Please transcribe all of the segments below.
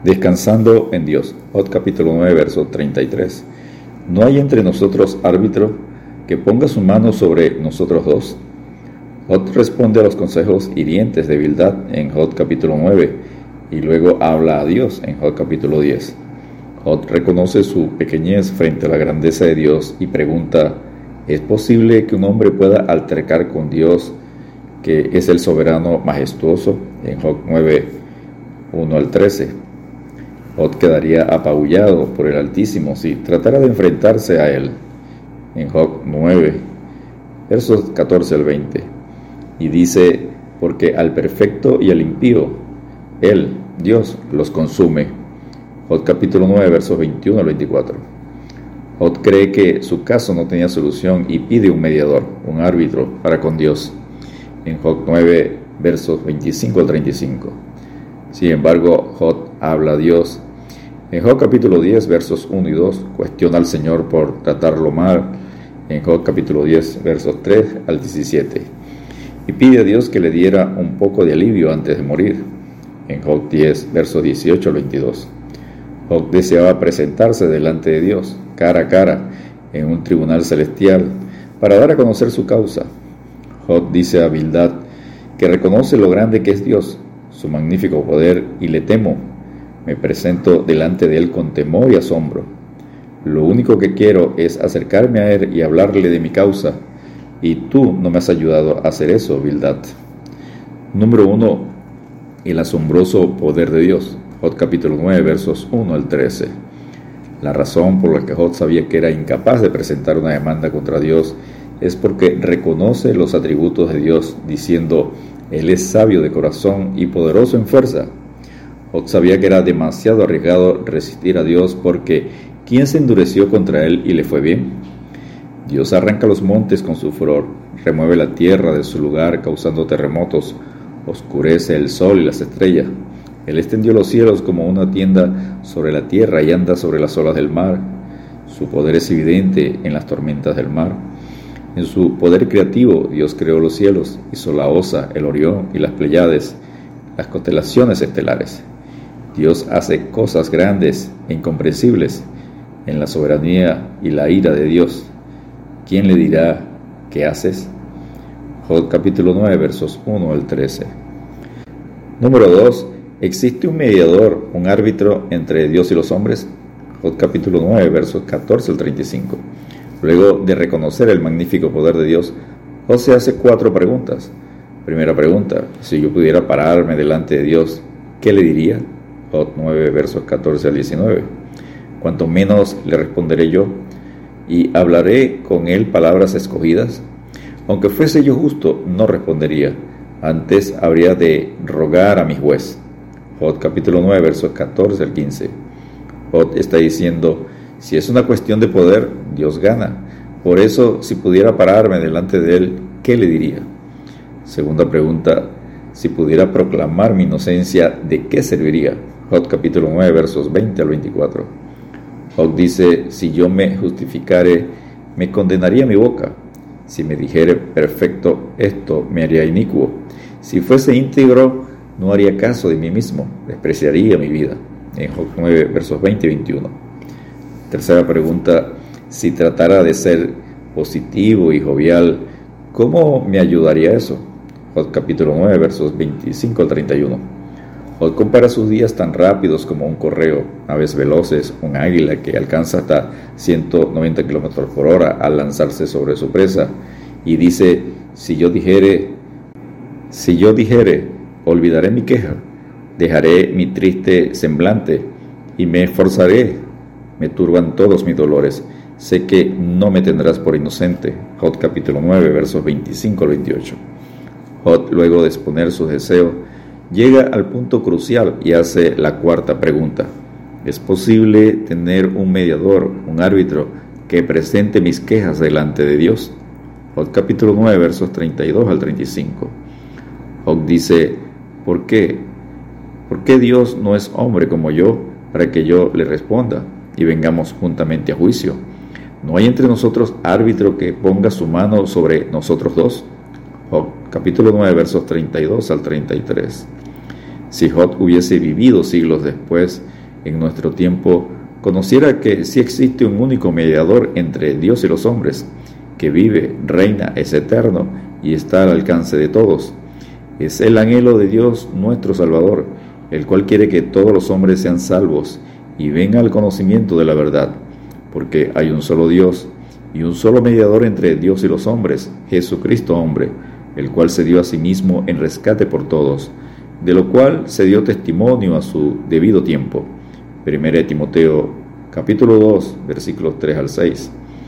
Descansando en Dios. Job capítulo 9, verso 33. ¿No hay entre nosotros árbitro que ponga su mano sobre nosotros dos? Job responde a los consejos hirientes de Bildad en Job capítulo 9 y luego habla a Dios en Job capítulo 10. Job reconoce su pequeñez frente a la grandeza de Dios y pregunta: ¿es posible que un hombre pueda altercar con Dios, que es el soberano majestuoso? En Job 9, 1 al 13. Job quedaría apabullado por el Altísimo si tratara de enfrentarse a él. En Job 9, versos 14 al 20. Y dice: porque al perfecto y al impío, él, Dios, los consume. Job capítulo 9, versos 21 al 24. Job cree que su caso no tenía solución y pide un mediador, un árbitro, para con Dios. En Job 9, versos 25 al 35. Sin embargo, Job habla a Dios. En Job capítulo 10, versos 1 y 2, cuestiona al Señor por tratarlo mal. En Job capítulo 10, versos 3 al 17. Y pide a Dios que le diera un poco de alivio antes de morir. En Job 10, versos 18 al 22. Job deseaba presentarse delante de Dios, cara a cara, en un tribunal celestial, para dar a conocer su causa. Job dice a Bildad que reconoce lo grande que es Dios, su magnífico poder, y le temo. Me presento delante de él con temor y asombro. Lo único que quiero es acercarme a él y hablarle de mi causa, y tú no me has ayudado a hacer eso, Bildad. Número 1. El asombroso poder de Dios. Job capítulo 9, versos 1 al 13. La razón por la que Job sabía que era incapaz de presentar una demanda contra Dios es porque reconoce los atributos de Dios, diciendo: Él es sabio de corazón y poderoso en fuerza. Job sabía que era demasiado arriesgado resistir a Dios, porque ¿quién se endureció contra él y le fue bien? Dios arranca los montes con su furor, remueve la tierra de su lugar causando terremotos, oscurece el sol y las estrellas. Él extendió los cielos como una tienda sobre la tierra y anda sobre las olas del mar. Su poder es evidente en las tormentas del mar. En su poder creativo, Dios creó los cielos, hizo la Osa, el Orión y las Pléyades, las constelaciones estelares. Dios hace cosas grandes e incomprensibles. En la soberanía y la ira de Dios, ¿quién le dirá qué haces? Job capítulo 9, versos 1 al 13. Número 2. ¿Existe un mediador, un árbitro entre Dios y los hombres? Job capítulo 9, versos 14 al 35. Luego de reconocer el magnífico poder de Dios, Job se hace 4 preguntas. Primera pregunta: si yo pudiera pararme delante de Dios, ¿qué le diría? Job 9, versos 14 al 19. Cuanto menos le responderé yo, y hablaré con él palabras escogidas. Aunque fuese yo justo, no respondería. Antes habría de rogar a mi juez. Job capítulo 9, versos 14 al 15. Job está diciendo: si es una cuestión de poder, Dios gana. Por eso, si pudiera pararme delante de él, ¿qué le diría? Segunda pregunta: si pudiera proclamar mi inocencia, ¿de qué serviría? Job capítulo 9, versos 20 al 24. Job dice: si yo me justificare, me condenaría mi boca. Si me dijere perfecto, esto me haría inicuo. Si fuese íntegro, no haría caso de mí mismo, despreciaría mi vida. En Job 9, versos 20 y 21. Tercera pregunta: si tratara de ser positivo y jovial, ¿cómo me ayudaría eso? Job capítulo 9, versos 25 al 31. Job compara sus días tan rápidos como un correo, aves veloces, un águila que alcanza hasta 190 km por hora al lanzarse sobre su presa, y dice: si yo dijere, olvidaré mi queja, dejaré mi triste semblante y me esforzaré. Me turban todos mis dolores. Sé que no me tendrás por inocente. Job capítulo 9, versos 25 al 28. Job, luego de exponer sus deseos, llega al punto crucial y hace la cuarta pregunta: ¿es posible tener un mediador, un árbitro, que presente mis quejas delante de Dios? Job capítulo 9, versos 32 al 35. Job dice: ¿por qué? ¿Por qué Dios no es hombre como yo para que yo le responda y vengamos juntamente a juicio? ¿No hay entre nosotros árbitro que ponga su mano sobre nosotros dos? Job capítulo 9, versos 32 al 33. Si Jod hubiese vivido siglos después, en nuestro tiempo, conociera que sí existe un único mediador entre Dios y los hombres, que vive, reina, es eterno y está al alcance de todos. Es el anhelo de Dios nuestro Salvador, el cual quiere que todos los hombres sean salvos y vengan al conocimiento de la verdad, porque hay un solo Dios y un solo mediador entre Dios y los hombres, Jesucristo hombre, el cual se dio a sí mismo en rescate por todos, de lo cual se dio testimonio a su debido tiempo. 1 Timoteo capítulo 2, versículos 3 al 6.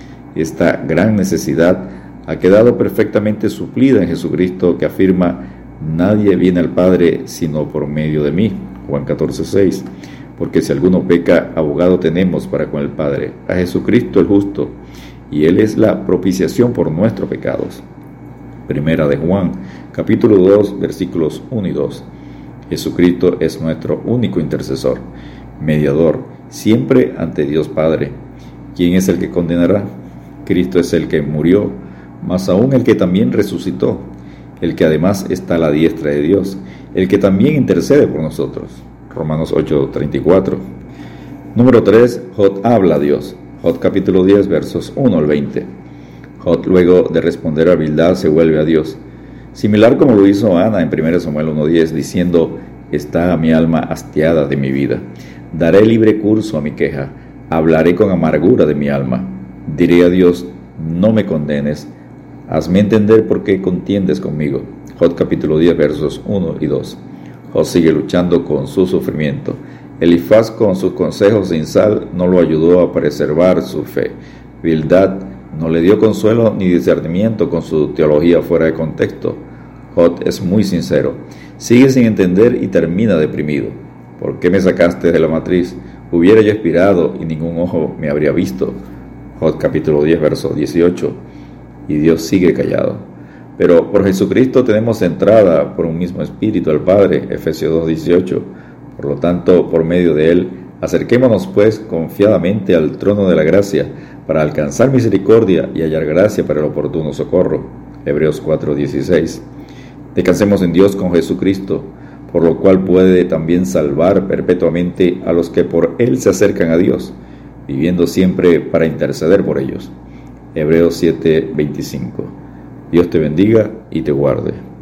Esta gran necesidad ha quedado perfectamente suplida en Jesucristo, que afirma: nadie viene al Padre sino por medio de mí. Juan 14, 6. Porque si alguno peca, abogado tenemos para con el Padre, a Jesucristo el justo, y Él es la propiciación por nuestros pecados. Primera de Juan, capítulo 2, versículos 1 y 2. Jesucristo es nuestro único intercesor, mediador, siempre ante Dios Padre. ¿Quién es el que condenará? Cristo es el que murió, más aún el que también resucitó, el que además está a la diestra de Dios, el que también intercede por nosotros. Romanos 8, 34. Número 3. Jod habla a Dios. Jod capítulo 10, versos 1 al 20. Jod, luego de responder a Bildad, se vuelve a Dios, similar como lo hizo Ana en 1 Samuel 1:10, diciendo: está mi alma hastiada de mi vida, daré libre curso a mi queja, hablaré con amargura de mi alma. Diré a Dios: no me condenes, hazme entender por qué contiendes conmigo. Jod capítulo 10, versos 1 y 2. Jod sigue luchando con su sufrimiento. Elifaz, con sus consejos sin sal, no lo ayudó a preservar su fe. Bildad no le dio consuelo ni discernimiento con su teología fuera de contexto. Jod es muy sincero, sigue sin entender y termina deprimido. ¿Por qué me sacaste de la matriz? Hubiera yo expirado y ningún ojo me habría visto. Jod capítulo 10, verso 18. Y Dios sigue callado. Pero por Jesucristo tenemos entrada por un mismo espíritu al Padre. Efesios 2, 18. Por lo tanto, por medio de Él, acerquémonos pues confiadamente al trono de la gracia, para alcanzar misericordia y hallar gracia para el oportuno socorro. Hebreos 4, 16. Descansemos en Dios con Jesucristo, por lo cual puede también salvar perpetuamente a los que por Él se acercan a Dios, viviendo siempre para interceder por ellos. Hebreos 7, 25. Dios te bendiga y te guarde.